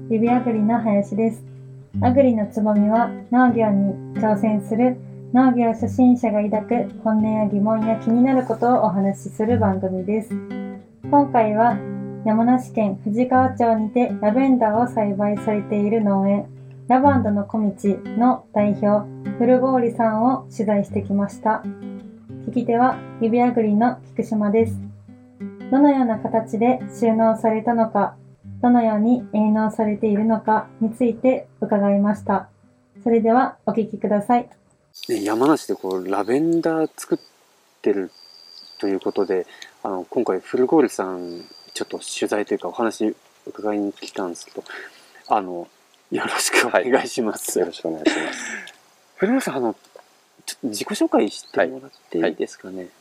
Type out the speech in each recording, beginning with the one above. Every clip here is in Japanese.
指アグリの林です。アグリのつぼみは農業に挑戦する農業初心者が抱く本音や疑問や気になることをお話しする番組です。今回は山梨県富士川町にてラベンダーを栽培されている農園ラバンドの小道の代表古郡さんを取材してきました。聞き手は指アグリの菊島です。どのような形で収納されたのか、どのように営農されているのかについて伺いました。それではお聞きください。 山梨でラベンダー作ってるということで、今回古郡さんちょっと取材というかお話伺いに来たんですけど、よろしくお願いします。 よろしくお願いします。 古郡さん、ちょっと自己紹介してもらっていいですかね。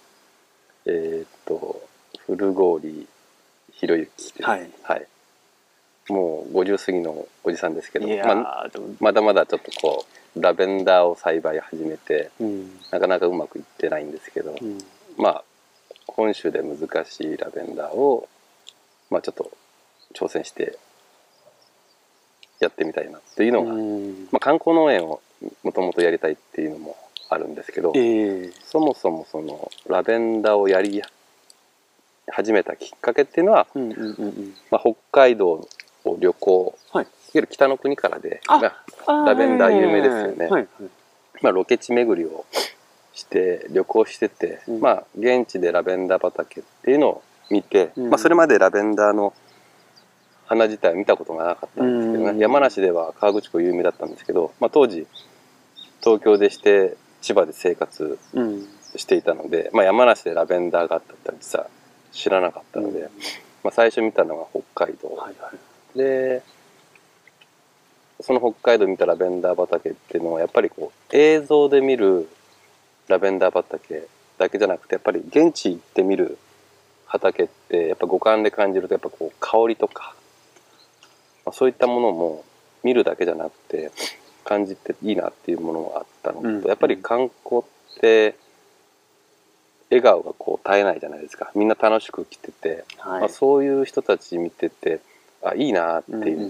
古郡博之です。はい。もう50過ぎのおじさんですけど、まだまだちょっとラベンダーを栽培始めて、なかなかうまくいってないんですけど、本州で難しいラベンダーをちょっと挑戦してやってみたいなっていうのが、観光農園をもともとやりたいっていうのもあるんですけど、そもそもそのラベンダーをやり始めたきっかけっていうのは、北海道を旅行、いわゆる北の国からでラベンダー有名ですよね。ロケ地巡りをして旅行してて、現地でラベンダー畑っていうのを見て、それまでラベンダーの花自体は見たことがなかったんですけどね、山梨では河口湖有名だったんですけど、当時東京でして千葉で生活していたので、山梨でラベンダーがあったって実は知らなかったので、最初見たのが北海道、でその北海道見たラベンダー畑っていうのはやっぱり映像で見るラベンダー畑だけじゃなくて、やっぱり現地行って見る畑ってやっぱ五感で感じると、やっぱ香りとか、そういったものも見るだけじゃなくて感じていいなっていうものがあったのと、やっぱり観光って笑顔が絶えないじゃないですか。みんな楽しく来てて、そういう人たち見てていいなっていう、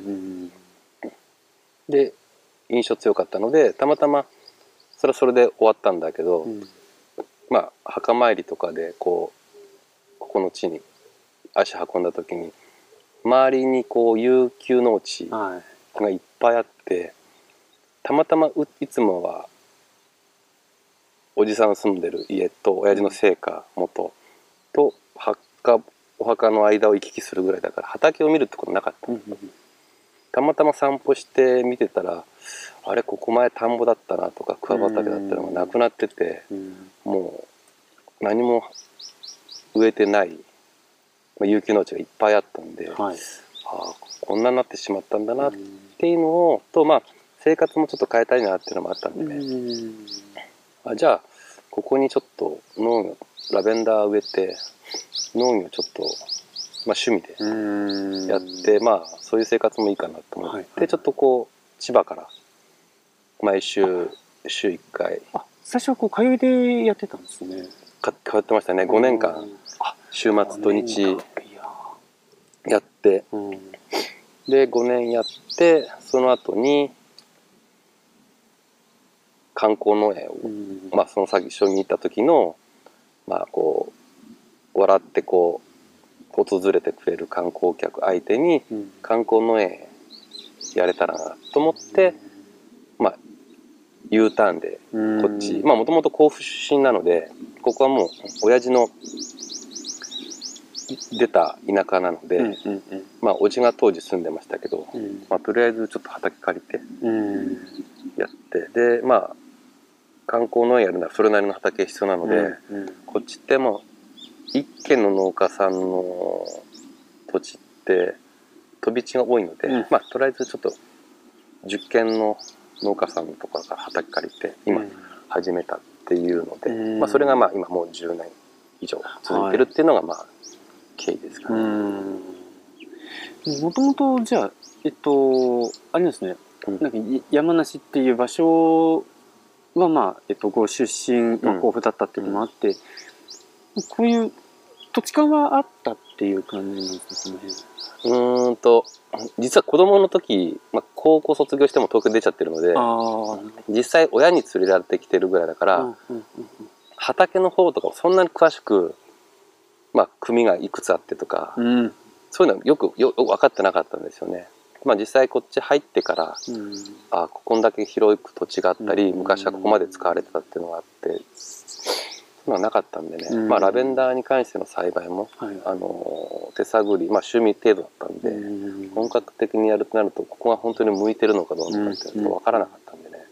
で印象強かったので、たまたまそれはそれで終わったんだけど、墓参りとかでここの地に足運んだ時に周りに遊休農地がいっぱいあって、たまたまいつもはおじさん住んでる家と親父の生家元とお墓の間を行き来するぐらいだから畑を見るってことなかった。たまたま散歩して見てたら、あれここ前田んぼだったなとか桑畑だったのがなくなってて、もう何も植えてない有機農地がいっぱいあったんで、こんなになってしまったんだなっていうのをと、生活もちょっと変えたいなっていうのもあったんでね、じゃあここにちょっと農業ラベンダー植えて農業ちょっと、趣味でやって、そういう生活もいいかなと思って、ちょっと千葉から毎週1回。 最初は通いでやってたんですね。 通ってましたね。5年間週末土日やって、で5年やって、その後に観光農園を、その先一緒に行った時の笑って訪れてくれる観光客相手に観光農園やれたらなと思って、U ターンでこっち、もともと甲府出身なので、ここはもう親父の出た田舎なので、おじが当時住んでましたけど、とりあえずちょっと畑借りてやって、で観光農園やるのはそれなりの畑必要なので、こっちっても一軒の農家さんの土地って飛び地が多いので、とりあえずちょっと10軒の農家さんとかから畑借りて今始めたっていうので、それが今もう10年以上続いてるっていうのが経緯ですかね。 もともとじゃああれですね、なんか山梨っていう場所はご出身、甲府だったっていうのもあって、こういう土地勘はあったっていう感じなんですか、その辺。実は子供の時、高校卒業しても東京出ちゃってるので、実際親に連れられてきてるぐらいだから、畑の方とかそんなに詳しく、組がいくつあってとか、そういうのはよく分かってなかったんですよね。実際こっち入ってから、ここんだけ広い土地があったり、昔はここまで使われてたっていうのがあって、そういうのはなかったんでね、ラベンダーに関しての栽培も、手探り、趣味程度だったんで、本格的にやるとなると、ここが本当に向いてるのかどうなのかっていうの分からなかったんでね。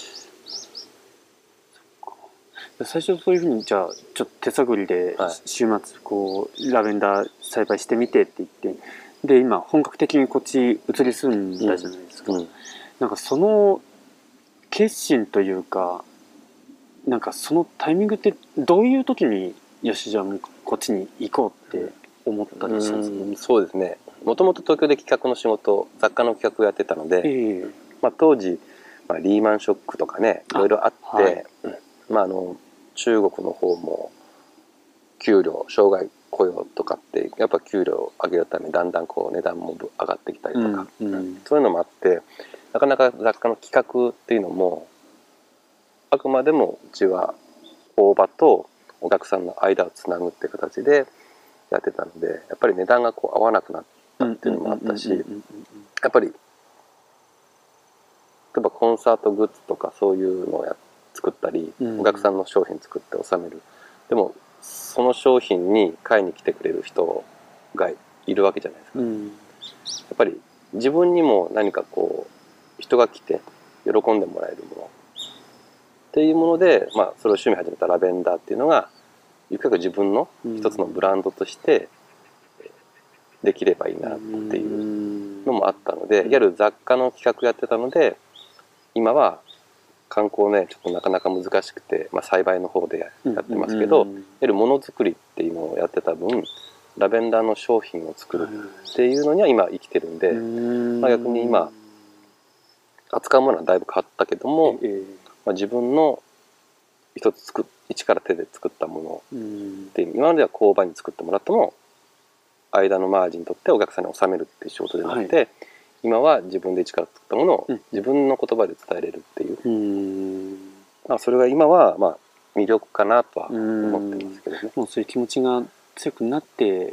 最初そういうふうにじゃあちょっと手探りで週末こうラベンダー栽培してみてって言って、で今本格的にこっち移り住んだじゃないですか。なんかその決心というか、なんかそのタイミングってどういう時によしじゃあこっちに行こうって思ったりしたんですか？ そうですね。もともと東京で企画の仕事、雑貨の企画をやってたので、当時、リーマンショックとかね、いろいろあって、中国の方も給料、障害雇用とかってやっぱ給料を上げるためにだんだんこう値段も上がってきたりとか、そういうのもあって、なかなか雑貨の企画っていうのもあくまでもうちは大場とお客さんの間をつなぐっていう形でやってたので、やっぱり値段がこう合わなくなったっていうのもあったし、やっぱり例えばコンサートグッズとかそういうのを作ったり、お客さんの商品作って納める。でもその商品に買いに来てくれる人がいるわけじゃないですか。やっぱり自分にも何かこう人が来て喜んでもらえるものっていうもので、それを趣味始めたラベンダーっていうのがゆくゆく自分の一つのブランドとしてできればいいなっていうのもあったので、いわゆる雑貨の企画やってたので、今は観光ねちょっとなかなか難しくて、栽培の方でやってますけど、いわゆるものづくりっていうのをやってた分、ラベンダーの商品を作るっていうのには今生きてるんで、逆に今扱うものはだいぶ変わったけども、自分の一つ一から手で作ったものっていう、今までは工場に作ってもらったのを間のマージン取ってお客さんに納めるっていう仕事じゃなくて、今は自分で一から作ったものを自分の言葉で伝えれるっていう、それが今は魅力かなとは思ってますけどね。 もうそういう気持ちが強くなって、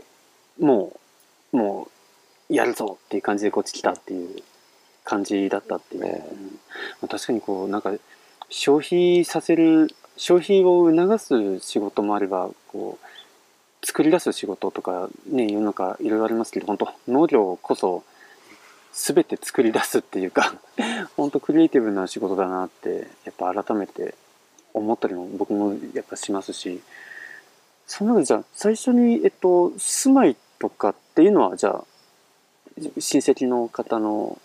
もうやるぞっていう感じでこっち来たっていう感じだったっていう、確かにこうなんか消費を促す仕事もあれば、こう作り出す仕事とかね、世の中いろいろありますけど、本当農業こそ全て作り出すっていうか本当クリエイティブな仕事だなってやっぱ改めて思ったりも僕もやっぱしますし、その中でじゃあ最初に住まいとかっていうのはじゃあ親戚の方の、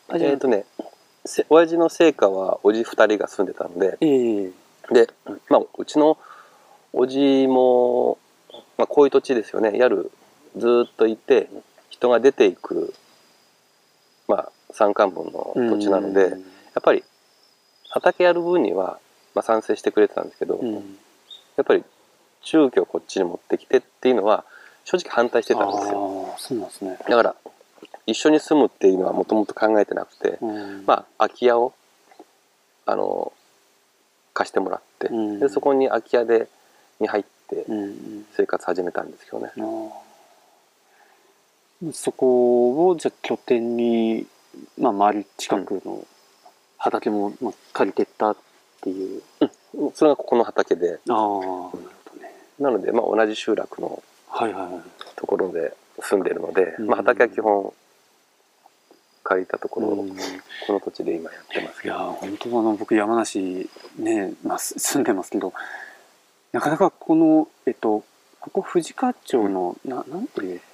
親父の生家はおじ2人が住んでたので、でうちのおじも、こういう土地ですよね。ずっといて人が出ていく山間部の土地なので、やっぱり畑やる分には賛成してくれてたんですけど、やっぱり住居をこっちに持ってきてっていうのは正直反対してたんですよ。 そうなんですね。 だから一緒に住むっていうのはもともと考えてなくて、空き家を貸してもらって、でそこに空き家に入って生活始めたんですけどね。 そこをじゃあ拠点に、周り近くの畑も借りてったっていう、 それがここの畑で、 なるほどね。 なので同じ集落のところで住んでるので、畑は基本借りたところ、この土地で今やってますけど。 いや本当僕山梨ね、住んでますけど、なかなかこのここ富川町のなんていう、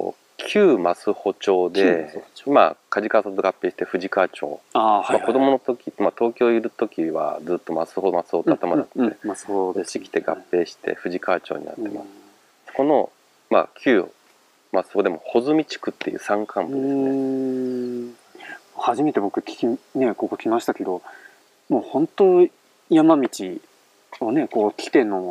旧増穂町で梶川と合併して富川町。子供の時、東京いる時はずっと増穂って頭だって、で来て合併して富川町になってます。この旧増穂でも穂積地区っていう山間部ですね。 初めて僕ここ来ましたけど、もう本当山道をねこう来ての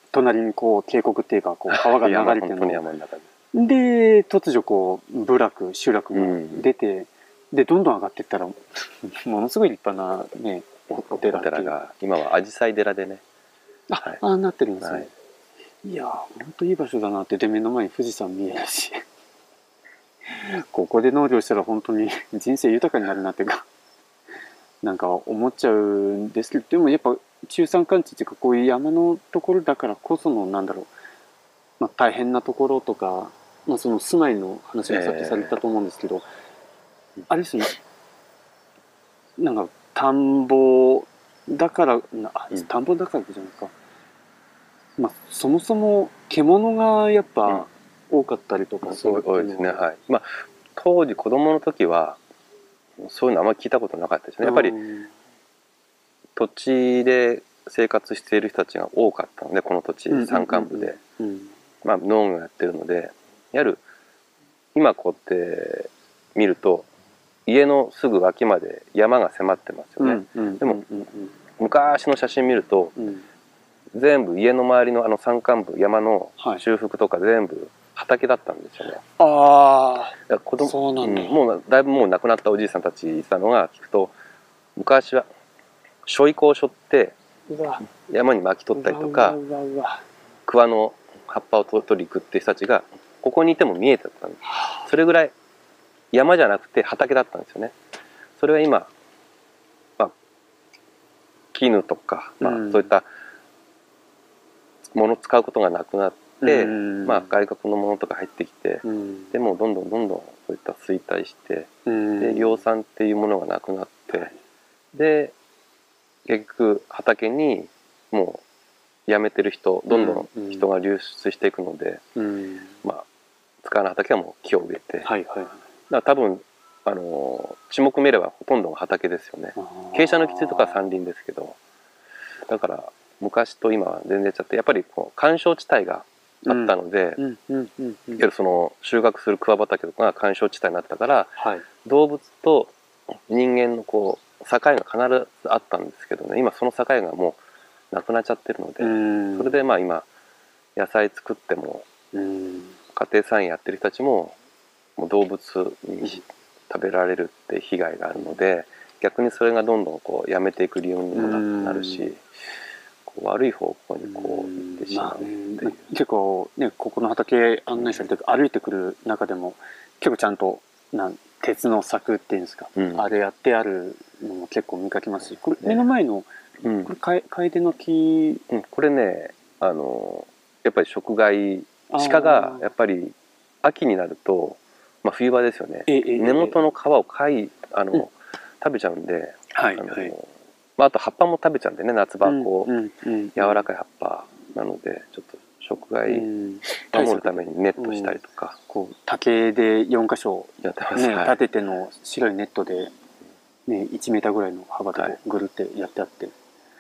隣にこう渓谷っていうかこう川が流れてるの山の中で突如こう部落集落が出て、でどんどん上がっていったらものすごい立派なねお寺が今は紫陽花寺でねあなってるんですね。いやほんといい場所だなって。で目の前に富士山見えるしここで農業したら本当に人生豊かになるなっていうかなんか思っちゃうんですけど、でもやっぱ中山間地っていうかこういう山のところだからこそのなんだろう、大変なところとか、その住まいの話がさっきされたと思うんですけど、あれですね、なんか田んぼだから田んぼだからじゃないか、そもそも獣がやっぱ多かったりとか、 そう多いですね。はい。当時子供の時はそういうのあんまり聞いたことなかったですね。やっぱり土地で生活している人たちが多かったので、この土地山間部で農業やってるので、いわゆる今こうやって見ると家のすぐ脇まで山が迫ってますよね。でも昔の写真見ると全部家の周りの山間部山の修復とか全部畑だったんですよね。そうなんだ。もうだいぶもう亡くなったおじいさんたちいたのが聞くと、昔は背負子を背負って山に巻き取ったりとか桑の葉っぱを取りに行くっていう人たちがここにいても見えてたんです。それぐらい山じゃなくて畑だったんですよね。それは今、絹とか、そういったものを使うことがなくなって、外国のものとか入ってきて、でもどんどんそういった衰退して、で養蚕っていうものがなくなって、で結局畑にもう辞めてる人、どんどん人が流出していくので、使わない畑はもう木を植えて、だから多分地目見ればほとんどが畑ですよね。傾斜の基地とかは山林ですけど、だから昔と今は全然違って、やっぱりこう緩衝地帯があったので、いわゆるその収穫する桑畑とかが緩衝地帯になったから、動物と人間のこう境が必ずあったんですけどね、今その境がもうなくなっちゃってるので、それで今野菜作っても家庭菜園やってる人たちももう動物に食べられるって被害があるので、逆にそれがどんどんこうやめていく理由にもなるし、悪い方向にこう行ってしまうっていう。 結構ね、ここの畑案内されて歩いてくる中でも結構ちゃんと鉄の柵っていうんですか、あれやってあるのも結構見かけますし、これ目の前のこれカエデの木、 これねやっぱり食害、鹿がやっぱり秋になると、冬場ですよね、根元の皮を食べちゃうんで、あと葉っぱも食べちゃうんでね、夏場こう柔らかい葉っぱなので、ちょっと食害守るためにネットしたりとか、 竹で4箇所やってます、 立てての白いネットで、1メーターぐらいの幅でぐるってやってあって、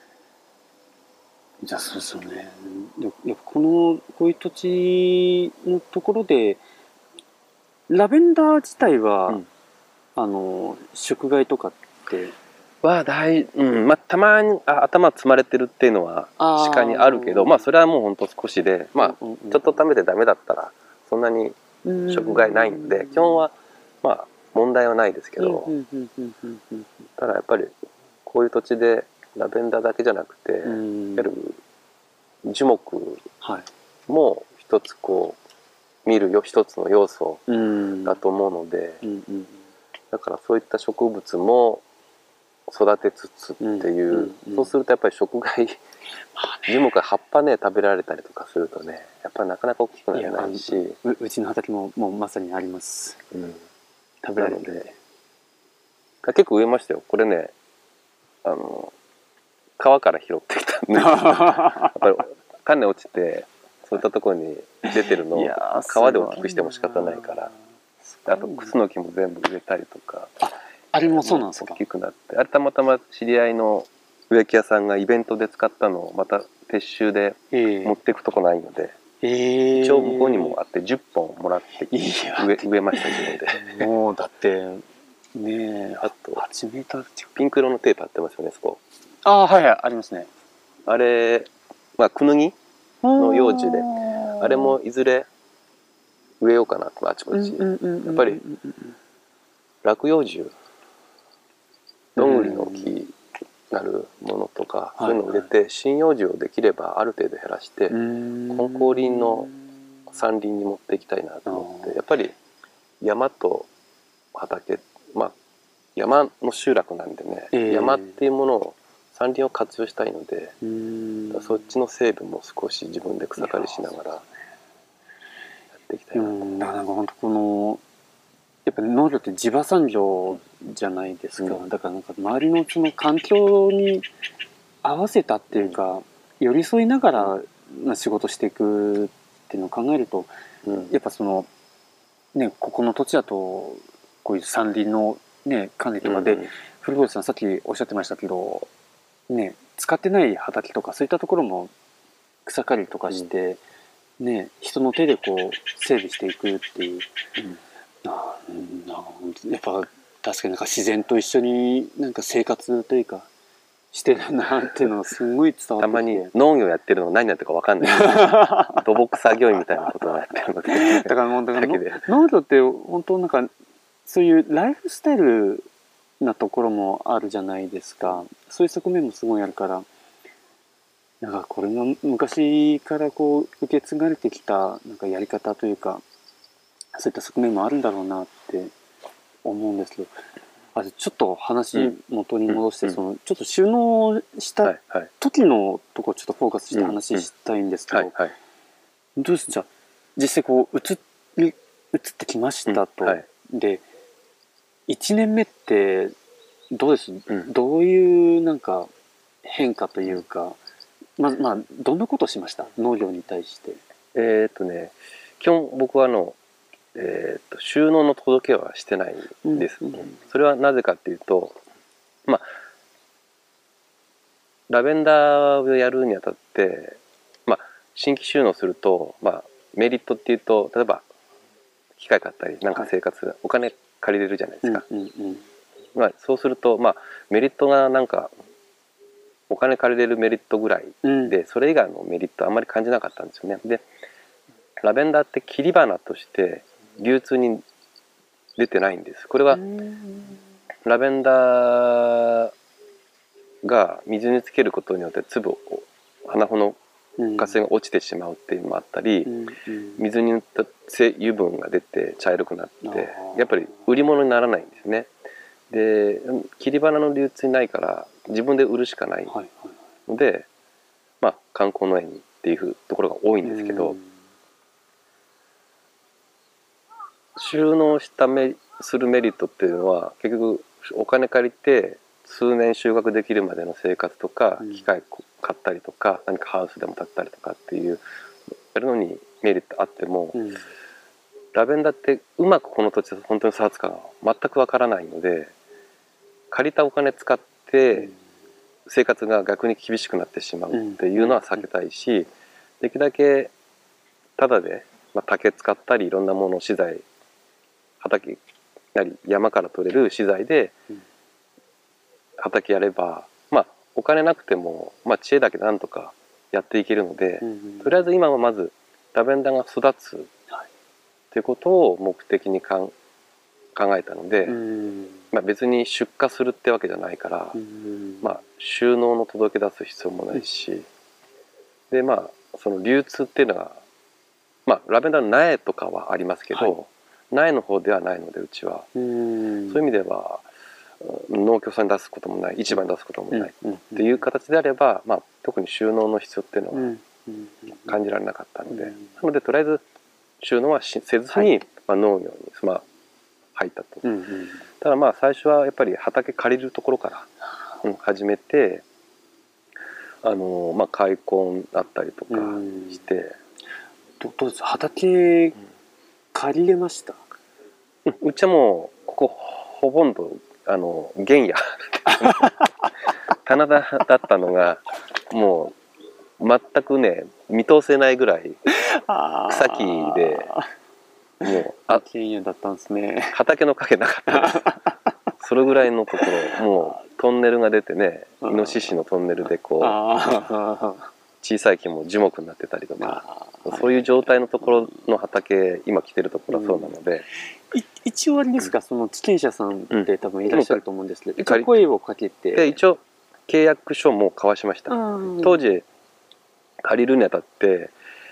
じゃあそうですよね。やっぱこういう土地のところでラベンダー自体は、食害とかってはたまに頭積まれてるっていうのは鹿にあるけど、それはもうほんと少しで、ちょっと食べてダメだったらそんなに食害ないので、基本は問題はないですけど、ただやっぱりこういう土地でラベンダーだけじゃなくて、いわゆる樹木も一つこう見る一つの要素だと思うので、だからそういった植物も育てつつっていう、そうするとやっぱり食害樹木が葉っぱね食べられたりとかするとね、やっぱりなかなか大きくならないし、 うちの畑ももうまさにあります、 食べられて結構植えましたよ。これね川から拾ってきたんでやっぱり種落ちてそういったところに出てるのを川で大きくしても仕方ないから、あとクスノキも全部植えたりとか。 あれもそうなんですか。 大きくなって、あれたまたま知り合いの植木屋さんがイベントで使ったのをまた撤収で持っていくとこないので、一応向こうにもあって10本もらって植えました自分で。 もうだってねえ、 あと 8メーターピンク色のテープ貼ってますよね、そこ。 はいありますね。 あれクヌギの幼樹で、あれもいずれ植えようかなと、あちこち。やっぱり落葉樹、どんぐりの木になるものとか、そういうのを入れて針葉樹をできればある程度減らして根高林の山林に持っていきたいなと思って、やっぱり山と畑、まあ山の集落なんでね、山っていうものを山林を活用したいので、そっちの成分も少し自分で草刈りしながらやっていきたいなと。 なんか本当このやっぱ農業って地場産業じゃないですか、だからなんか周りのその環境に合わせたっていうか、寄り添いながら仕事していくっていうのを考えると、やっぱそのね、ここの土地だとこういう山林のね管理とかで、古堀さんさっきおっしゃってましたけどね、使ってない畑とかそういったところも草刈りとかして、ね、人の手でこう整備していくっていう、やっぱ確かになんか自然と一緒になんか生活というかしてるなっていうのがすごい伝わってきて、 たまに農業やってるのが何やってるか分かんない土木作業員みたいなことをやってるのでだから農業って本当なんかそういうライフスタイルなところもあるじゃないですか。そういう側面もすごいあるから、なんかこれが昔からこう受け継がれてきたなんかやり方というか、そういった側面もあるんだろうなって思うんですけど、ちょっと話元に戻して、そのちょっと収納した時のところちょっとフォーカスして話したいんですけど、どうです？じゃあ実際こう移ってきましたと、で1年目ってどうです？どういうなんか変化というか、まあどんなことをしました？農業に対して。 基本僕は収納の届けはしてないんです。それはなぜかっていうと、ラベンダーをやるにあたって、新規収納すると、メリットっていうと、例えば機械買ったりなんか生活、お金借りれるじゃないですか。そうするとメリットがなんかお金借りれるメリットぐらいで、それ以外のメリットあんまり感じなかったんですよね。でラベンダーって切り花として流通に出てないんです。これはラベンダーが水につけることによって粒花穂の活性が落ちてしまうっていうのもあったり、水に塗った油分が出て茶色くなってやっぱり売り物にならないんですね。で切り花の流通にないから自分で売るしかないので、観光農園にっていうところが多いんですけど、収納するメリットっていうのは結局お金借りて数年収穫できるまでの生活とか、機械買ったりとか何かハウスでも建ったりとかっていうやるのにメリットあっても、ラベンダーってうまくこの土地で本当に育つかが全くわからないので、借りたお金使って生活が逆に厳しくなってしまうっていうのは避けたいし、できるだけタダで、竹使ったりいろんなもの資材、畑なり山から取れる資材で畑やれば、お金なくても、知恵だけでなんとかやっていけるので、とりあえず今はまずラベンダーが育つっていうことを目的に考えたので、別に出荷するってわけじゃないから、収納の届け出す必要もないし、でその流通っていうのが、ラベンダーの苗とかはありますけど、苗の方ではないのでうちは、そういう意味では農協さんに出すこともない、市場に出すこともないっていう形であれば、特に収納の必要っていうのは感じられなかったので、なのでとりあえず収納はせずに、農業に入ったと。ただ最初はやっぱり畑借りるところから始めて、開墾だったりとかして、 どうです？畑借りれました？ うちはもうここほとんど原野棚田だったのがもう全くね見通せないぐらい草木で、もう原野だったんですね。 畑の影なかったです。それぐらいのところ、もうトンネルが出てね、イノシシのトンネルでこう小さい木も樹木になってたりとか、そういう状態のところの畑、今来てるところはそうなので、 一応あれですか、その地権者さんって多分いらっしゃると思うんですけど、一応声をかけて、 で一応契約書も交わしました。当時借りるにあたって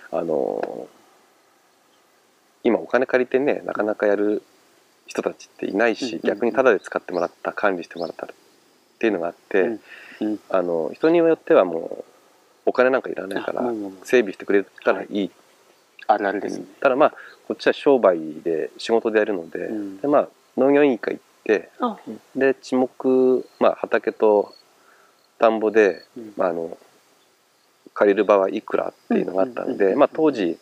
今お金借りてね、なかなかやる人たちっていないし、逆にタダで使ってもらった、管理してもらったっていうのがあって、人によってはもうお金なんかいらないから整備してくれたらいい、 あるあるですね。 ただまあこっちは商売で仕事でやるので、でまあ農業委員会行って、で地目、まあ、畑と田んぼで、借りる場合いくらっていうのがあったので、まあ当時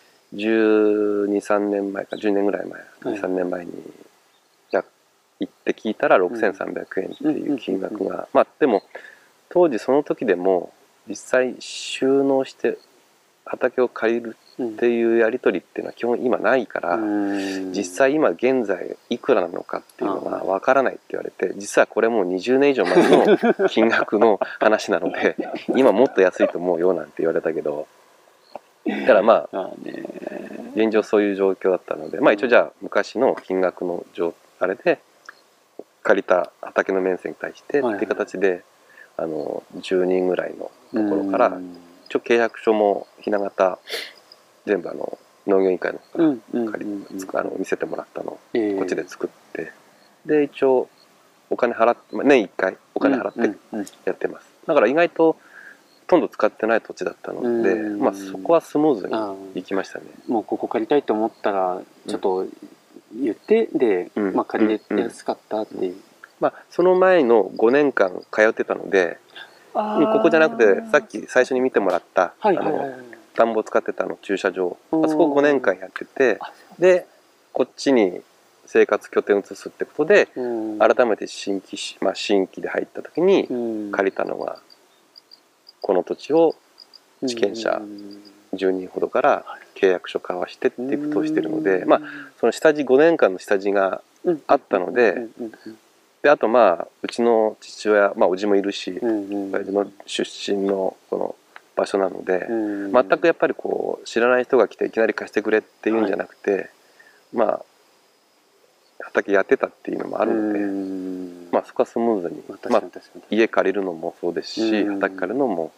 12、13年前か10年ぐらい前、2、3年前に行って聞いたら6300円っていう金額が、まあでも当時その時でも実際収納して畑を借りるっていうやり取りっていうのは基本今ないから、実際今現在いくらなのかっていうのが分からないって言われて、実はこれもう20年以上前の金額の話なので今もっと安いと思うよなんて言われたけど、だからまあ現状そういう状況だったので、まあ一応じゃあ昔の金額のあれで借りた畑の面積に対してっていう形で10人ぐらいのところから一応契約書もひな形全部農業委員会の見せてもらったのをこっちで作って、で一応お金払って年1回お金払ってやってます。だから意外とほとんど使ってない土地だったので、まあそこはスムーズにいきましたね。 もうここ借りたいと思ったらちょっと言ってで、まあ借りれやすかったっていう。 まあその前の5年間通ってたので、ここじゃなくてさっき最初に見てもらった田んぼを使ってた駐車場、あそこ5年間やってて、でこっちに生活拠点を移すってことで、改めて新規で入った時に借りたのがこの土地を地権者10人ほどから契約書交わしてっていうことをしてるので、まあその下地5年間の下地があったので、であとまあうちの父親、まあおじもいるし、親父の出身のこの場所なので、全くやっぱりこう知らない人が来ていきなり貸してくれっていうんじゃなくて、まあ畑やってたっていうのもあるので、まあそこはスムーズに、まあ家借りるのもそうですし、畑借りるのも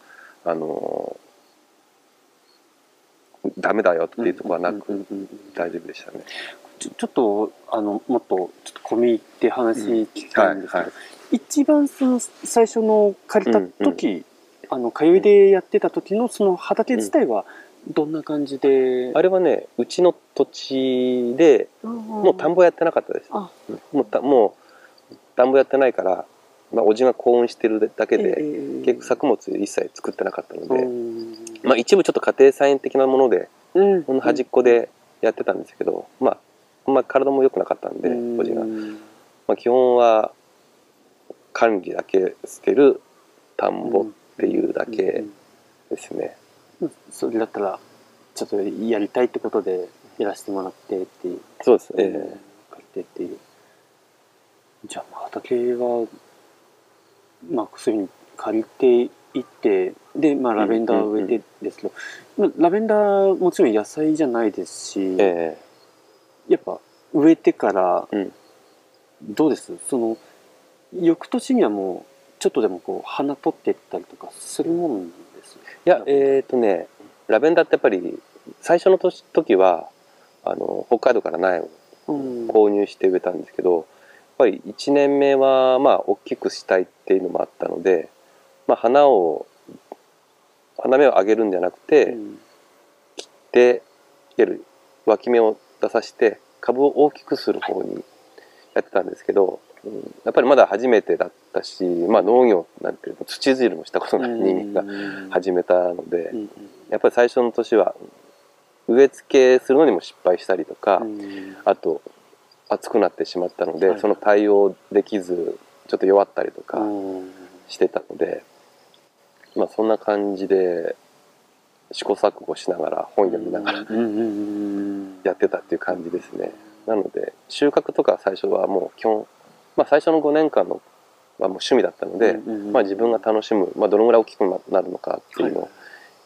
ダメだよっていうところはなく大丈夫でしたね。 ちょっともっとちょっと込み入って話聞きたいんですけど、一番その最初の借りた時、通いでやってた時のその畑自体はどんな感じで？ あれはね、うちの土地でもう田んぼやってなかったです。もう田んぼやってないから、まあ、おじが幸運してるだけで、結局作物一切作ってなかったので、まあ一部ちょっと家庭菜園的なもので、この端っこでやってたんですけど、まああんま体も良くなかったんで、おじが、まあ、基本は管理だけしてる田んぼっていうだけですね。 それだったらちょっとやりたいってことでやらせてもらってっていう。 そうです。 借りてっていう。じゃあ畑はまあそういうふうに借りていってで、まあ、ラベンダー植えてですけど、ラベンダーもちろん野菜じゃないですし、やっぱ植えてからどうです？その翌年にはもうちょっとでもこう花取っていったりとかするもんです？ いやラベンダーってやっぱり最初の時は北海道から苗を購入して植えたんですけど、やっぱり1年目はまあ大きくしたいっていうのもあったので、まあ、花芽を上げるんじゃなくて、切っていわゆる脇芽を出させて株を大きくする方にやってたんですけど、やっぱりまだ初めてだったし、まあ、農業なんて土いじりもしたことない人間が始めたので、やっぱり最初の年は植え付けするのにも失敗したりとか、あと暑くなってしまったので、その対応できずちょっと弱ったりとかしてたので、まあそんな感じで試行錯誤しながら本読みながらやってたっていう感じですね。なので収穫とか最初はもう基本、まあ、最初の5年間のはもう趣味だったので、まあ、自分が楽しむ、まあ、どのぐらい大きくなるのかっていうのを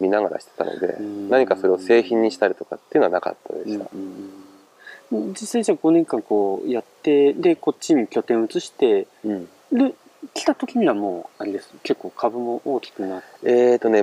見ながらしてたので、何かそれを製品にしたりとかっていうのはなかったでした。 実際じゃあ5年間こうやって、でこっちに拠点を移して、で来た時にはもうあれです、結構株も大きくなって、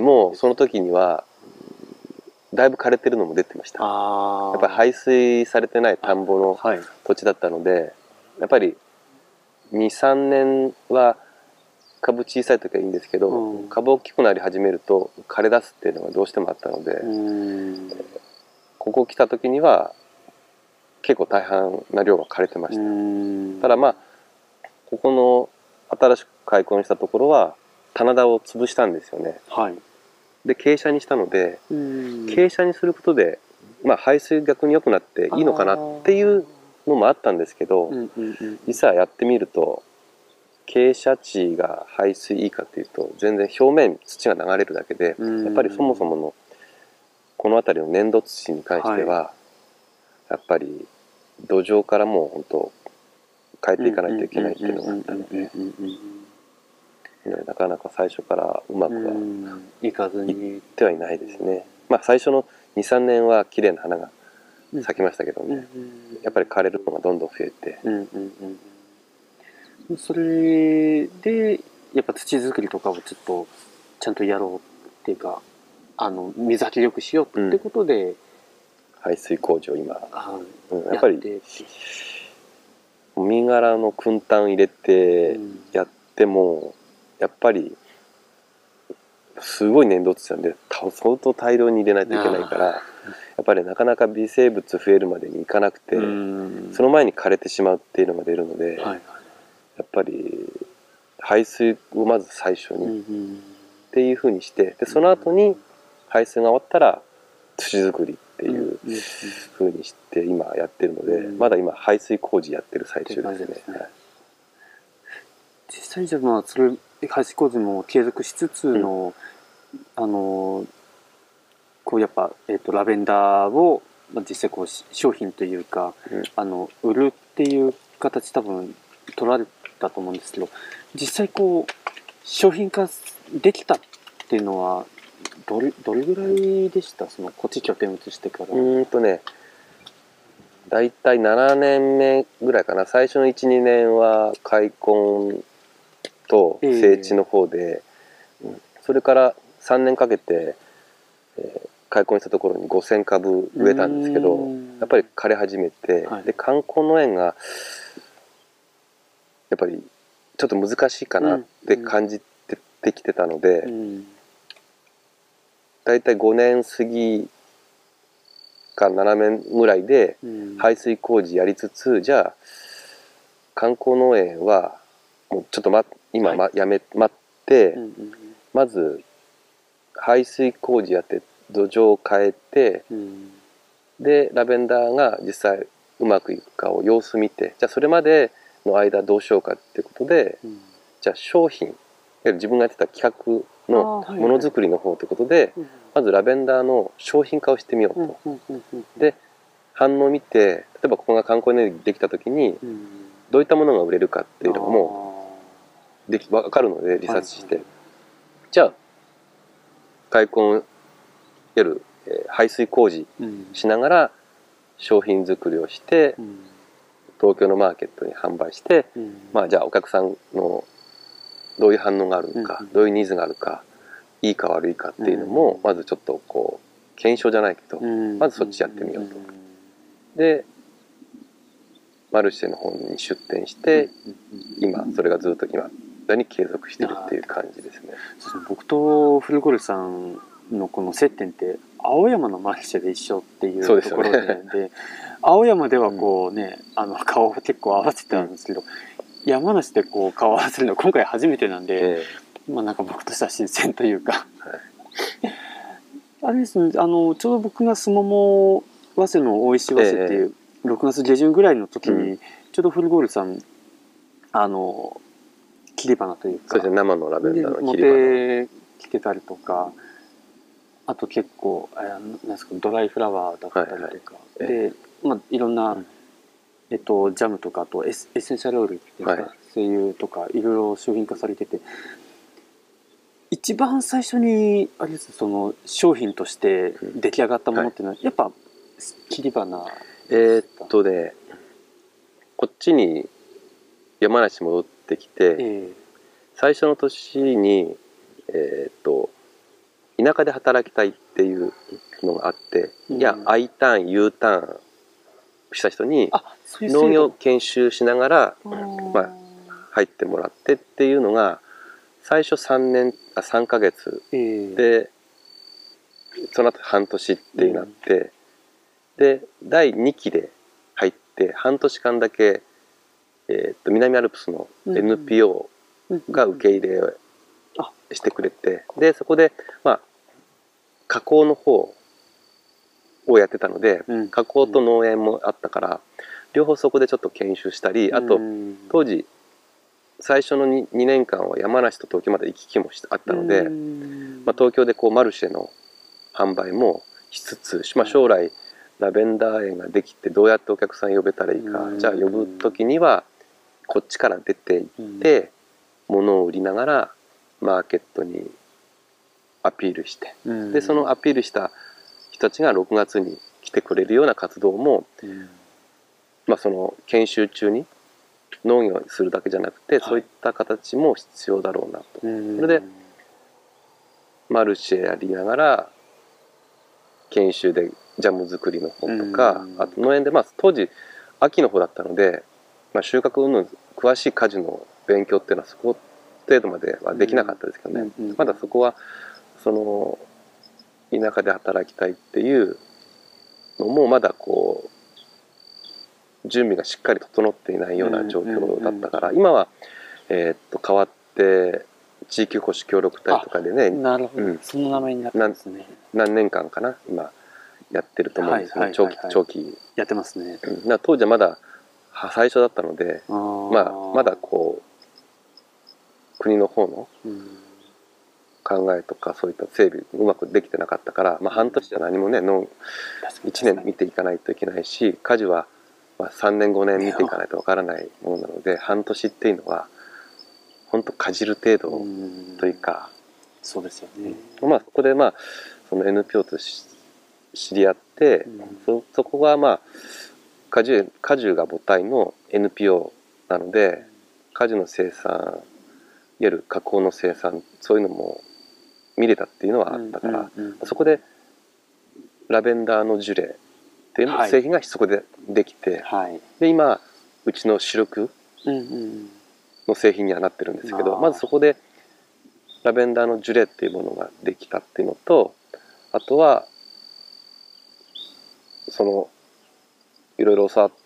もうその時にはだいぶ枯れてるのも出てました。やっぱり排水されてない田んぼの土地だったので、やっぱり23年は株小さい時はいいんですけど、株大きくなり始めると枯れ出すっていうのがどうしてもあったので、ここ来た時には結構大半な量が枯れてました。ただまあここの新しく開墾したところは棚田を潰したんですよね。で傾斜にしたので、傾斜にすることで、まあ、排水逆に良くなっていいのかなっていうのもあったんですけど、実はやってみると傾斜地が排水いいかっていうと全然表面土が流れるだけで、やっぱりそもそものこの辺りの粘土土に関しては、やっぱり土壌からもう本当変えていかないといけないっていうのがあったので、なかなか最初からうまくはいかずにいってはいないですね。まあ最初の 2,3 年は綺麗な花が咲きましたけどね、やっぱり枯れるのがどんどん増えて、 それでやっぱ土作りとかをちょっとちゃんとやろうっていうか、水はけよくしようってことで、 排水工事を今、やっぱりもみ殻の燻炭入れてやっても、やっぱりすごい粘土土なんで相当大量に入れないといけないから、やっぱりなかなか微生物増えるまでにいかなくて、その前に枯れてしまうっていうのが出るので、やっぱり排水をまず最初にっていうふうにして、でその後に排水が終わったら土作りっていうふうにして今やってるので、まだ今排水工事やってる最中ですね。 実際じゃあまあそれ排水工事も継続しつつの、こうやっぱ、ラベンダーを実際こう商品というか、売るっていう形多分取られたと思うんですけど、実際こう商品化できたっていうのはどれぐらいでした？そのこっち拠点移してから。 だいたい7年目ぐらいかな。最初の 1,2 年は開墾と整地の方で、それから3年かけて、開墾したところに5,000株植えたんですけど、やっぱり枯れ始めて、で観光農園がやっぱりちょっと難しいかなって感じてきてたので、だいたい5年過ぎか7年ぐらいで排水工事やりつつ、じゃあ観光農園はもうちょっと今待って、まず排水工事やって土壌を変えて、でラベンダーが実際うまくいくかを様子見て、じゃあそれまでの間どうしようかっていうことで、じゃあ商品、いわゆる自分がやってた企画のものづくりの方ということで、まずラベンダーの商品化をしてみようと。で反応を見て、例えばここが観光エネルギーできた時にどういったものが売れるかっていうのがもう分かるのでリサーチして、じゃあ開墾いわゆる排水工事しながら商品作りをして、東京のマーケットに販売して、まあじゃあお客さんのどういう反応があるのか、どういうニーズがあるか、いいか悪いかっていうのもまずちょっとこう検証じゃないけど、まずそっちやってみようと。でマルシェの方に出店して、今それがずっと今に継続してるっていう感じですね。 僕とフルゴルさんのこの接点って青山のマルシェで一緒っていうところで、青山ではこうね、顔を結構合わせてたんですけど、山梨でこう顔を合わせるのは今回初めてなんで、まあなんか僕としては新鮮というかあれですね、ちょうど僕がすもも早生の大石早生っていう6月下旬ぐらいの時に、ちょうどフルゴールさん切り花というか、 そうですね、生のラベンダーの切り花持ってきてたりとか、あと結構なんですか、ドライフラワーだったりとか、で、まあ、いろんな、ジャムとか、あとエッセンシャルオイルっていうか、精油とかいろいろ商品化されてて、 一番最初にあれです、その商品として出来上がったものっていうのは、やっぱ切り花。 こっちに山梨戻ってきて、最初の年に田舎で働きたいっていうのがあって、いや I ターン U ターンした人に農業研修しながら入ってもらってっていうのが最初3ヶ月で、その後半年ってなって、で第2期で入って半年間だけ、南アルプスの NPO が受け入れしてくれて、でそこで加工の方をやってたので、加工と農園もあったから両方そこでちょっと研修したり、あと当時最初の 2年間は山梨と東京まで行き来もあったので、東京でこうマルシェの販売もしつつ、将来ラベンダー園ができてどうやってお客さん呼べたらいいか、じゃあ呼ぶ時にはこっちから出て行って物を売りながらマーケットにアピールして、でそのアピールした人たちが6月に来てくれるような活動も、その研修中に農業するだけじゃなくて、そういった形も必要だろうなと。それでマルシェやりながら研修でジャム作りの方とか、あと農園で当時秋の方だったので、収穫の詳しい果樹の勉強っていうのはそこ程度まではできなかったですけどね、まだそこはその田舎で働きたいっていうのもまだこう準備がしっかり整っていないような状況だったから、今は変わって地域保守協力隊とかでね、 なるほど、その名前になってますね。 何年間かな今やってると思うんですよ、長期やってますね。 当時はまだ最初だったので、まだこう国の方の考えとかそういった整備うまくできてなかったから、半年じゃ何もね1年見ていかないといけないし、果樹は3年5年見ていかないとわからないものなので、半年っていうのは本当かじる程度というか、 そうですよね。 そこでその NPO と知り合って、そこが果樹が母体の NPO なので、果樹の生産、いわゆる加工の生産、そういうのも見れたっていうのはあったから、そこでラベンダーのジュレっていう製品がそこでできて、で今うちの主力の製品にはなってるんですけど、まずそこでラベンダーのジュレっていうものができたっていうのと、あとはそのいろいろ教わった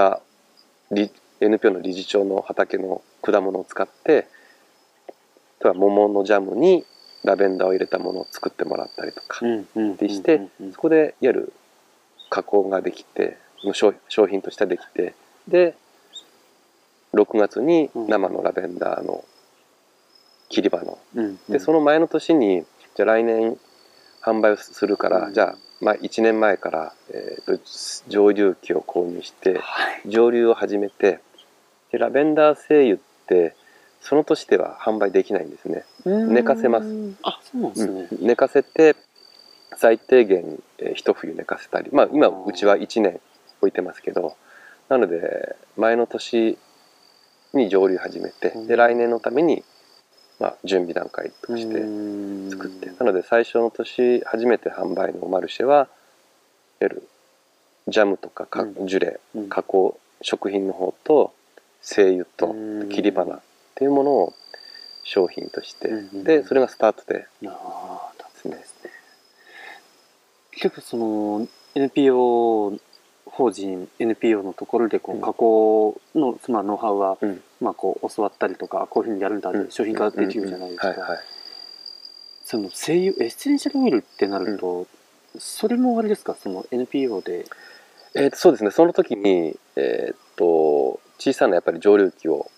NPO の理事長の畑の果物を使って、例えば桃のジャムにラベンダーを入れたものを作ってもらったりとかして、そこでいわゆる加工ができて商品としてできて、で6月に生のラベンダーの切り花で、その前の年にじゃあ来年販売をするから、じゃあ1年前から、蒸留機を購入して蒸留を始めて、でラベンダー精油ってその年では販売できないんですね。寝かせます。 そうなんですね。 寝かせて最低限一冬寝かせたり、今うちは1年置いてますけど、なので前の年に蒸留始めて、で来年のために準備段階として作って、なので最初の年初めて販売のマルシェは、いわゆるジャムとかジュレ、加工食品の方と精油と切り花っていうものを商品として、でそれがスタートでですね。 結構その NPO 法人 NPO のところで加工のノウハウは教わったりとか、こういうふうにやるんだって商品化できるじゃないですか。その精油エッセンシャルオイルってなると、それもあれですか、その NPO で。 そうですね、その時に小さなやっぱり蒸留機を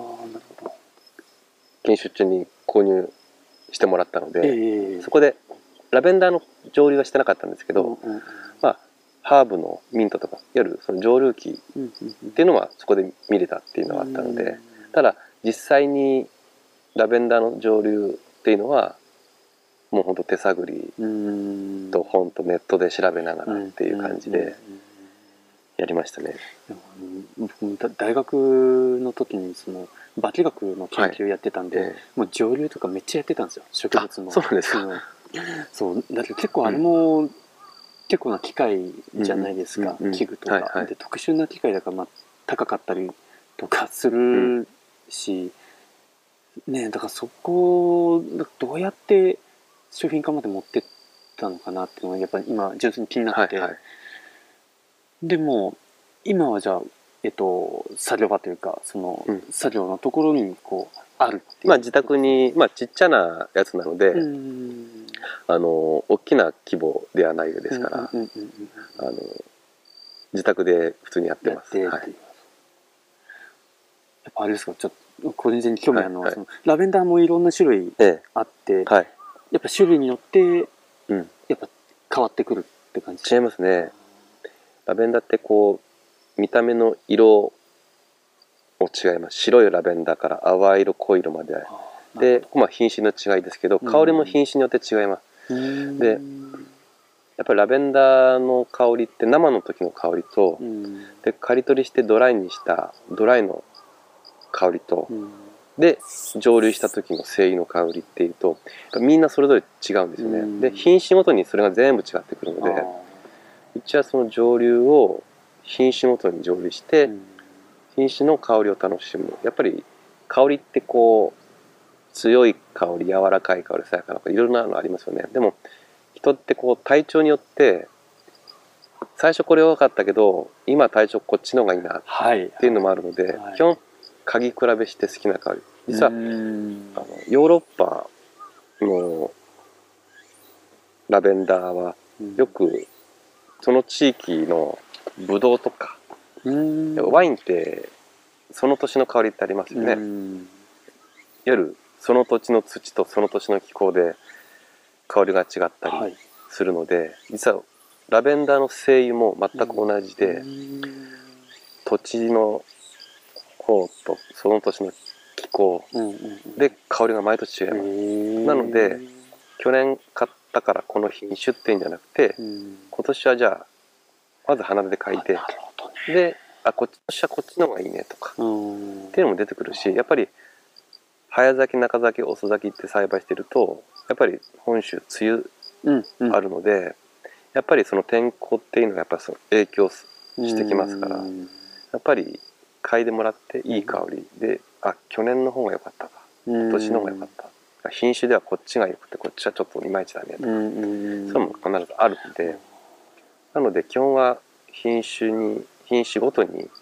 研修中に購入してもらったので、そこでラベンダーの蒸留はしてなかったんですけど、ハーブのミントとかいわゆるその蒸留機っていうのはそこで見れたっていうのがあったので、ただ実際にラベンダーの蒸留っていうのはもうほんと手探りと本とネットで調べながらっていう感じでやりましたね。 僕も大学の時にその化学の研究やってたんで、もう蒸留とかめっちゃやってたんですよ、植物の。 そうなんですか。 そうだけど結構あれも、結構な機械じゃないですか、器具とか、で特殊な機械だから高かったりとかするし、ね、だからそこをどうやって商品化まで持ってったのかなっていうのがやっぱり今純粋に気になって、でも今はじゃあ作業場というかその作業のところにこうあるっていう、 自宅にちっちゃなやつなので、大きな規模ではないですから、自宅で普通にやってます。やっぱあれですか、ちょっと個人的に興味あるのは、そのラベンダーもいろんな種類あって、やっぱ種類によってやっぱ変わってくるって感じ。 違いますね。ラベンダーってこう見た目の色も違います。白いラベンダーから淡い色濃い色までで、品種の違いですけど、香りも品種によって違います。でやっぱりラベンダーの香りって生の時の香りと、で刈り取りしてドライにしたドライの香りと、で蒸留した時の精油の香りっていうとみんなそれぞれ違うんですよね。で品種ごとにそれが全部違ってくるので、うちはその蒸留を品種ごとに蒸留して、品種の香りを楽しむ。やっぱり香りってこう強い香り、柔らかい香り、さやかな香り、いろいろなのありますよね。でも人ってこう体調によって最初これ良かったけど今体調こっちの方がいいなっていうのもあるので、基本嗅ぎ比べして好きな香り、実はヨーロッパのラベンダーはよくその地域のブドウとかワインってその年の香りってありますよね。いわゆるその土地の土とその土地の気候で香りが違ったりするので、実はラベンダーの精油も全く同じで、土地の方とその年の気候で香りが毎年違います。なので去年買ったからこの品種っていうんじゃなくて、今年はじゃあまず鼻で嗅いで、で今年はこっちの方がいいねとかっていうのも出てくるし、やっぱり早咲き中咲き遅咲きって栽培してるとやっぱり本州梅雨あるので、やっぱりその天候っていうのがやっぱりその影響してきますから、やっぱり嗅いでもらっていい香りで、去年の方が良かったか今年の方が良かった、品種ではこっちが良くてこっちはちょっといまいちだねとか、そういうのも必ずあるので、なので基本は品種ごとに、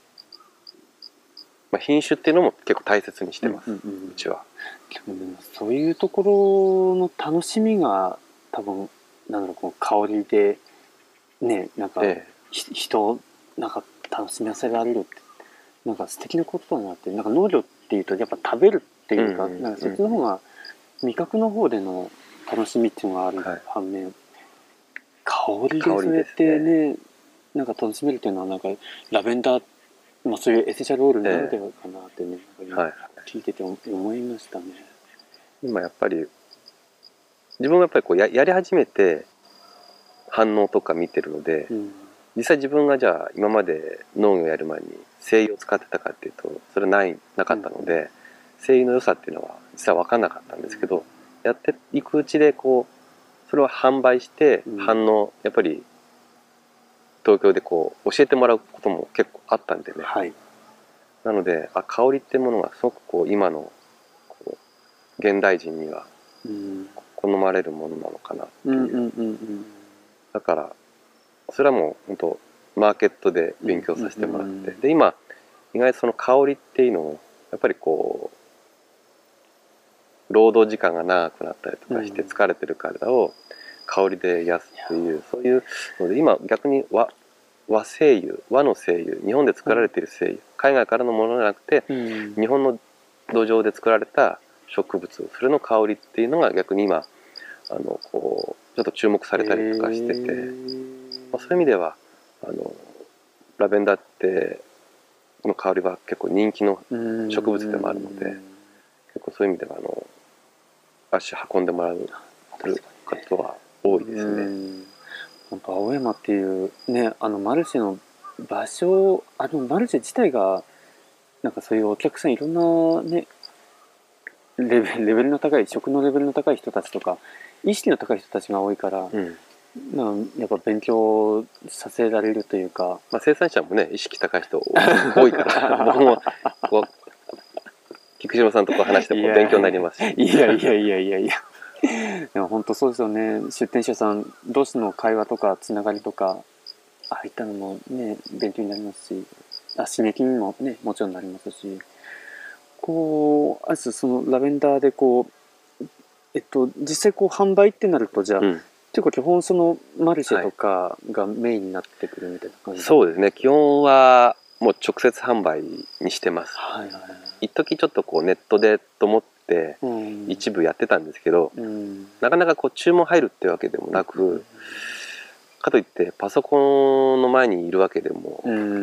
品種っていうのも結構大切にしてます、うちは。 そういうところの楽しみが多分こう香りでね、なんか、人をなんか楽しませられるってなんか素敵なことだなって。なんか農業っていうとやっぱ食べるっていうか、なんかそっちの方が味覚の方での楽しみっていうのがある反面、香りでそうやってね、なんか楽しめるっていうのはなんかラベンダー、そういうエッセンシャルオイルならではかなってね、聞いてて思いましたね。 今やっぱり自分がやっぱりこう やり始めて反応とか見てるので、実際自分がじゃあ今まで農業やる前に精油を使ってたかっていうとそれはなかったので、精油の良さっていうのは実は分かんなかったんですけど、やっていくうちでこうそれを販売して反応、やっぱり東京でこう教えてもらうことも結構あったんでね、なので香りっていうものがすごくこう今のこう現代人には好まれるものなのかなっていう、だからそれはもう本当マーケットで勉強させてもらって、で今意外とその香りっていうのをやっぱりこう労働時間が長くなったりとかして疲れてる体を香りで癒すっていう、そういうので今逆に和精油、和の精油、日本で作られている精油、海外からのものじゃなくて、日本の土壌で作られた植物、それの香りっていうのが逆に今こうちょっと注目されたりとかしてて、そういう意味ではラベンダーってこの香りは結構人気の植物でもあるので、結構そういう意味では足運んでもらうすることは多いですね。 本当青山っていうね、マルシェの場所、マルシェ自体がなんかそういうお客さんいろんなねレベルの高い、食のレベルの高い人たちとか意識の高い人たちが多いから、やっぱ勉強させられるというか、 生産者もね意識高い人多いから僕もこう菊島さんとこう話しても勉強になりますし。 いやでも本当そうですよね。出店者さん同士の会話とかつながりとかああいったのもね勉強になりますし、刺激にもねもちろんなりますし、こうそのラベンダーでこう実際こう販売ってなるとじゃあ、結構基本そのマルシェとかがメインになってくるみたいな感じ、 そうですね。基本はもう直接販売にしてます。一時ちょっとこうネットでと思って一部やってたんですけど、なかなかこう注文入るってわけでもなく、かといってパソコンの前にいるわけでも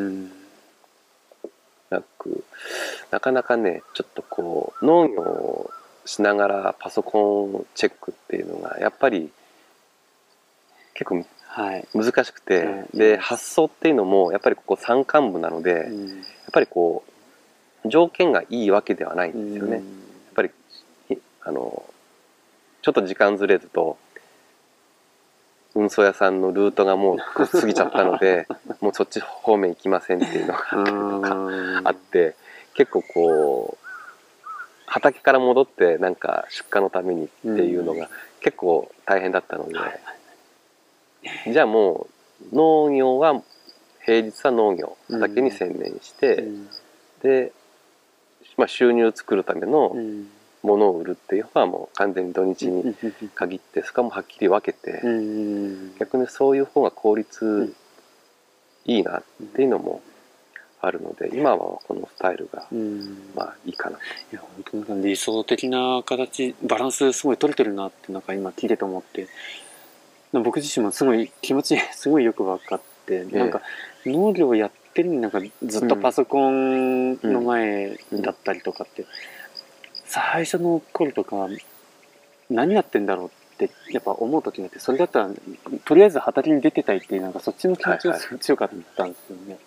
なく、なかなかねちょっとこう農業をしながらパソコンチェックっていうのがやっぱり結構難しくて、で発送っていうのもやっぱりここ山間部なので、やっぱりこう条件がいいわけではないんですよね。やっぱりちょっと時間ずれると運送屋さんのルートがもう過ぎちゃったのでもうそっち方面行きませんっていうのがあって、結構こう畑から戻ってなんか出荷のためにっていうのが結構大変だったので、じゃあもう農業は平日は農業畑に専念して、で、収入を作るためのものを売るっていうのはもう完全に土日に限ってしかもはっきり分けて、逆にそういう方が効率いいなっていうのもあるので、今はこのスタイルがいいかな。 いや本当に理想的な形、バランスすごい取れてるなってなんか今聞いてて思って、僕自身もすごい気持ちすごいよく分かって、なんか農業やってるのになんかずっとパソコンの前だったりとかって、最初の頃とか何やってんだろうってやっぱ思う時があって、それだったらとりあえず畑に出てたいっていうなんかそっちの気持ちが強かったんですよね。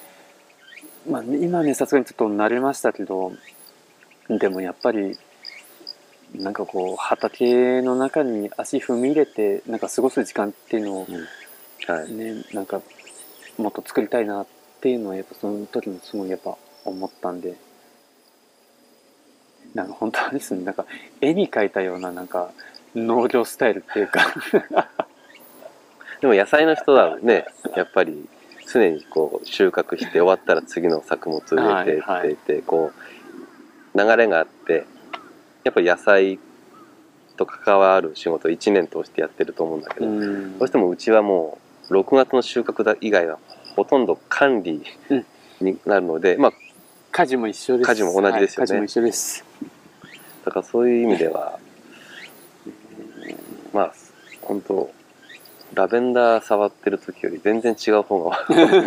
今ねさすがにちょっと慣れましたけど、でもやっぱりなんかこう畑の中に足踏み入れてなんか過ごす時間っていうのをね、なんかもっと作りたいなっていうのはやっぱその時にすごいやっぱ思ったんで、なんか本当はですね、なんか絵に描いたようななんか農業スタイルっていうかでも野菜の人はねやっぱり常にこう収穫して終わったら次の作物を入れてって言ってこう流れがあって、やっぱり野菜と関わる仕事を1年通してやってると思うんだけど、どうしてもうちはもう6月の収穫以外はほとんど管理になるので、 家事も一緒です。 家事も同じですよね。 家事も一緒です。 だからそういう意味では本当ラベンダー触ってる時より全然違う方が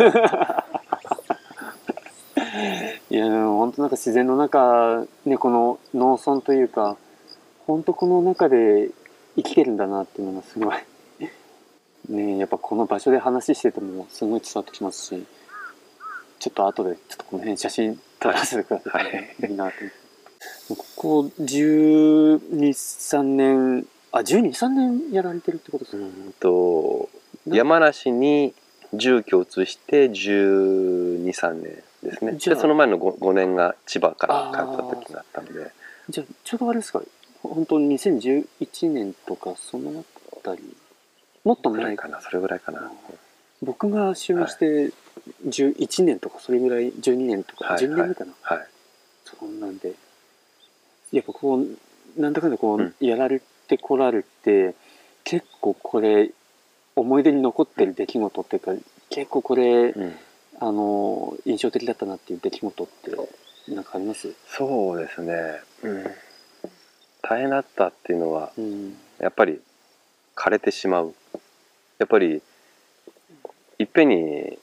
いや本当なんか自然の中ね、この農村というか本当この中で生きてるんだなっていうのがすごいね、やっぱこの場所で話しててもすごい伝わってきますし、ちょっと後でちょっとこの辺写真撮らせてください。いいなって。ここ12、3年12、3年やられてるってことですか？ 山梨に住居を移して12、3年ですね。でその前の 5年が千葉から帰った時があったので、 じゃあちょうどあれですか、本当に2011年とかそのあたり、もっと前かな、それぐらいかな。 僕が就任して11年とかそれぐらい、12年とか12年目かな、そんなんでやっぱこうなんだかんだこうやられてこられて、結構これ思い出に残ってる出来事っていうか、結構これ、印象的だったなっていう出来事って何かあります？ そうですね、大変だったっていうのは、やっぱり枯れてしまう。やっぱりいっぺんに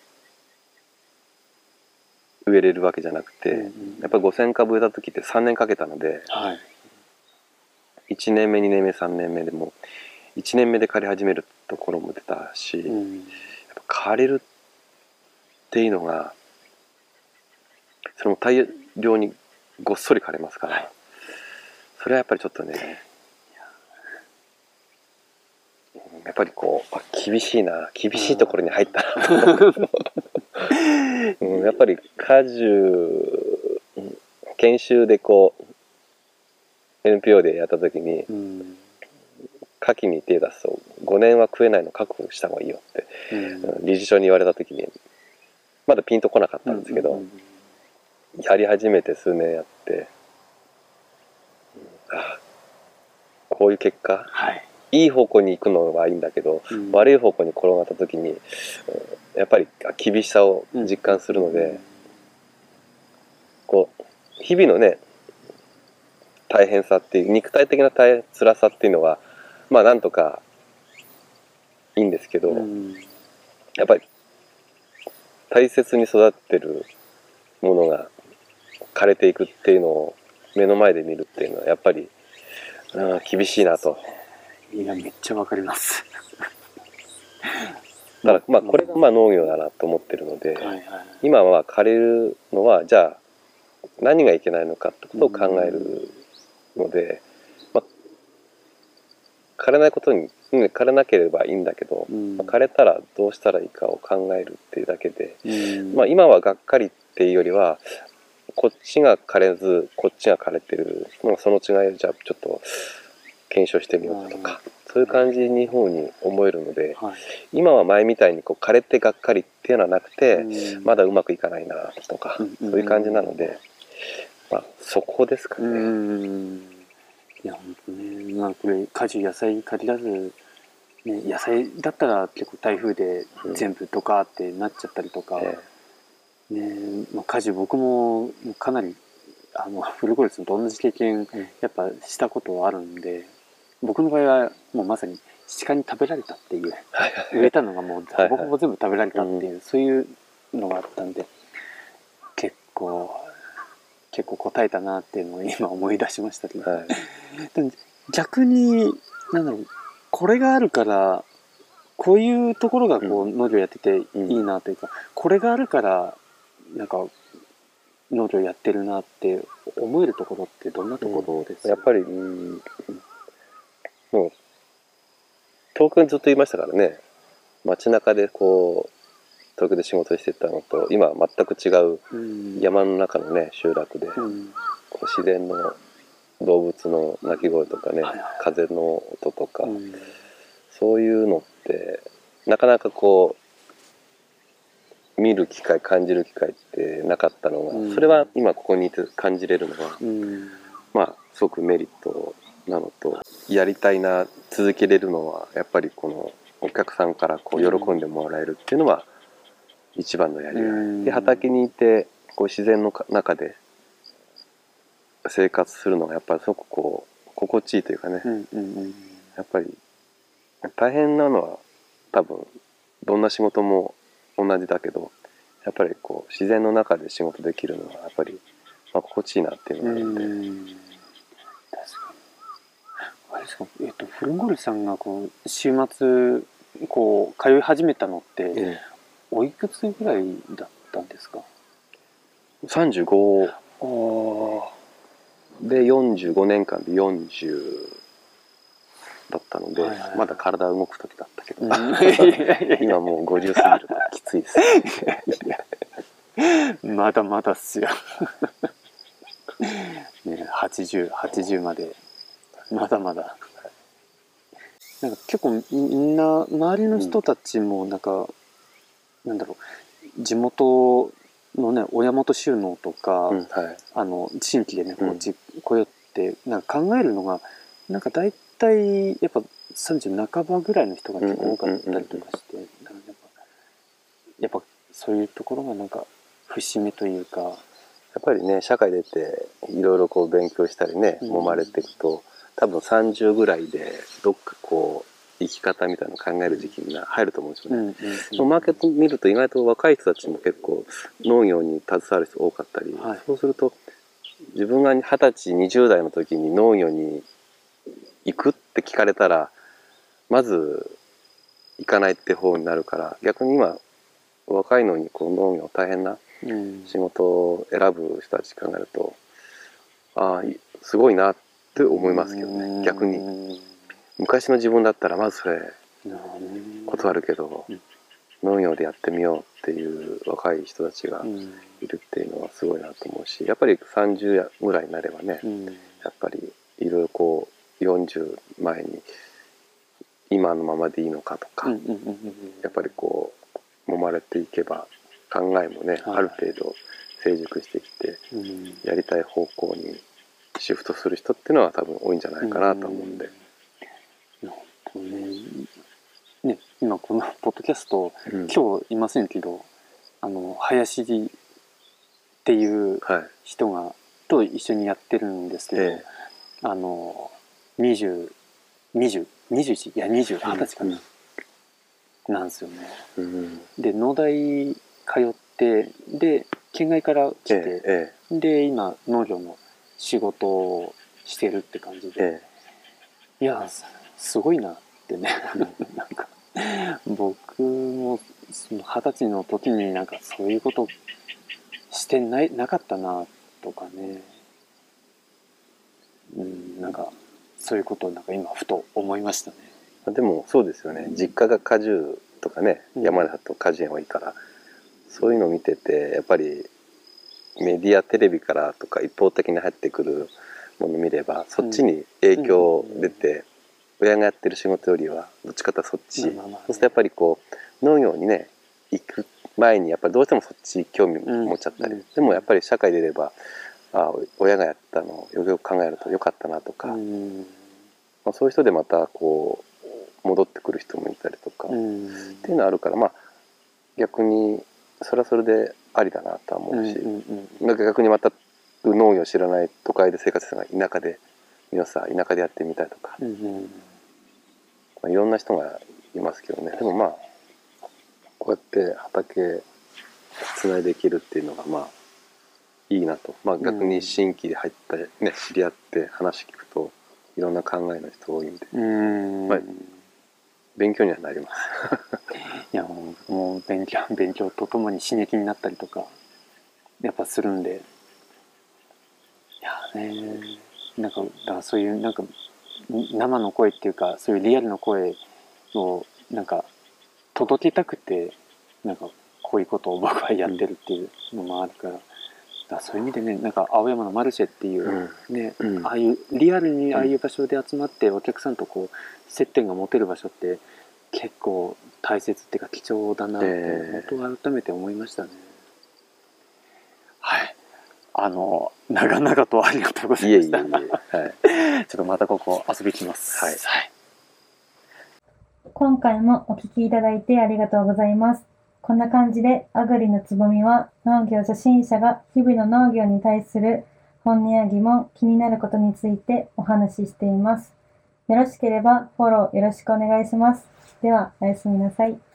植えれるわけじゃなくて、やっぱり5000株植えた時って3年かけたので、1年目2年目3年目でも 1年目で借り始めるところも出たし、やっぱ借りるっていうのがそれも大量にごっそり借りますから、それはやっぱりちょっとね、やっぱりこう厳しいところに入ったなとやっぱり果樹研修でこう NPO でやった時に、牡蠣に手出すと5年は食えないの確保した方がいいよって、理事長に言われた時にまだピンとこなかったんですけど、やり始めて数年やって、こういう結果、いい方向に行くのはいいんだけど、悪い方向に転がった時に、やっぱり厳しさを実感するので、こう日々のね大変さっていう肉体的な辛さっていうのはまあなんとかいいんですけど、やっぱり大切に育ってるものが枯れていくっていうのを目の前で見るっていうのはやっぱり厳しいなと。 いや、めっちゃわかります。 だからまあこれがまあ農業だなと思ってるので、今は枯れるのはじゃあ何がいけないのかってことを考えるので、枯れないことに枯れなければいいんだけど、枯れたらどうしたらいいかを考えるっていうだけで、今はがっかりっていうよりはこっちが枯れずこっちが枯れてる、その違いをじゃあちょっと検証してみようかとか、そういう感じに方に思えるので、今は前みたいにこう枯れてがっかりっていうのはなくて、まだうまくいかないなとか、そういう感じなので、そこですかね。 いや本当ね、これ果樹野菜に限らず、ね、野菜だったら結構台風で全部ドカーってなっちゃったりとか、果樹僕もかなりフルコルツと同じ経験やっぱしたことはあるんで、僕の場合はもうまさに鹿に食べられたっていう、植えたのがもうほぼほぼ全部食べられたっていう、そういうのがあったんで、結構答えたなっていうのを今思い出しましたけど、でも逆になんだろう、これがあるからこういうところがこう農業やってていいなというか、これがあるからなんか農業やってるなって思えるところってどんなところですか？ やっぱりもう東京にずっといましたからね。街中でこう東京で仕事してたのと今は全く違う山の中のね集落で、こう自然の動物の鳴き声とかね、風の音とか、そういうのってなかなかこう見る機会感じる機会ってなかったのが、それは今ここにいて感じれるのは、まあすごくメリットなのと、やりたいな続けれるのはやっぱりこのお客さんからこう喜んでもらえるっていうのは一番のやりがいで、畑にいてこう自然の中で生活するのがやっぱりすごくこう心地いいというかね、やっぱり大変なのは多分どんな仕事も同じだけど、やっぱりこう自然の中で仕事できるのはやっぱり、心地いいなっていうのがあるんで。 確かに。あれですか、フルンゴルさんがこう週末こう通い始めたのって、おいくつぐらいだったんですか ？35で45年間で40だったので、まだ体動く時だったけど、今もう50過ぎるときついです。 まだまだっすよ。ね、80までまだまだ。なんか結構みんな周りの人たちもなんか、なんだろう、地元のね親元収納とか、新規でねこっち来よってなんか考えるのがなんか大体やっぱ30半ばぐらいの人が結構多かったりとかして、やっぱそういうところがなんか節目というか、 やっぱりね社会出ていろいろこう勉強したりね揉まれていくと、多分30ぐらいでどっかこう生き方みたいなのを考える時期に入ると思うんですよね。マーケット見ると意外と若い人たちも結構農業に携わる人多かったり、そうすると自分が20歳20代の時に農業に行くって聞かれたらまず行かないって方になるから、逆に今若いのにこの農業大変な仕事を選ぶ人たち考えると、ああすごいなって思いますけどね。逆に昔の自分だったらまずそれ断るけど、農業でやってみようっていう若い人たちがいるっていうのはすごいなと思うし、やっぱり30ぐらいになればね、やっぱりいろいろこう40前に今のままでいいのかとか、やっぱりこう揉まれていけば考えもね、ある程度成熟してきて、やりたい方向にシフトする人っていうのは多分多いんじゃないかなと思うんで。 ね、今このポッドキャスト、今日いませんけど、林っていう人が、と一緒にやってるんですけど、20歳かな、なんですよね。で農大通ってで県外から来て、で今農業の仕事をしてるって感じで、いやすごいなってねなんか僕もその20歳の時になんかそういうことしてなかったなとかね、なんかそういうことをなんか今ふと思いましたね。 でもそうですよね、実家が果樹とかね、山だと果樹園多いから、そういうのを見ててやっぱりメディアテレビからとか一方的に入ってくるものを見れば、そっちに影響出て、親がやってる仕事よりはどっちかというとそっち、そうするとやっぱりこう農業にね行く前にやっぱりどうしてもそっち興味持っちゃったり、でもやっぱり社会でいれば親がやったのをよくよく考えるとよかったなとか、そういう人でまたこう戻ってくる人もいたりとか、っていうのはあるから、逆にそれはそれでありだなとは思うし、なんか逆にまた農業を知らない都会で生活するのが田舎で皆さん田舎でやってみたいとか、いろんな人がいますけどね。でもこうやって畑つないでいけるっていうのがいいなと。逆に新規で入ったね、知り合って話聞くといろんな考えの人多いんで、勉強にはなりますいやもう勉強とともに刺激になったりとかやっぱするんで、いやね、なんかだからそういうなんか生の声っていうか、そういうリアルの声をなんか届けたくて、なんかこういうことを僕はやってるっていうのもあるから、そういう意味でね、なんか青山のマルシェっていうね、ああいうリアルにああいう場所で集まってお客さんとこう接点が持てる場所って結構大切っていうか貴重だなって本当改めて思いましたね。はい、長々とありがとうございました。ちょっとまたここ遊びに来ます。はい。 今回もお聞きいただいてありがとうございます。こんな感じでアグリのつぼみは農業初心者が日々の農業に対する本音や疑問、気になることについてお話ししています。よろしければフォローよろしくお願いします。ではおやすみなさい。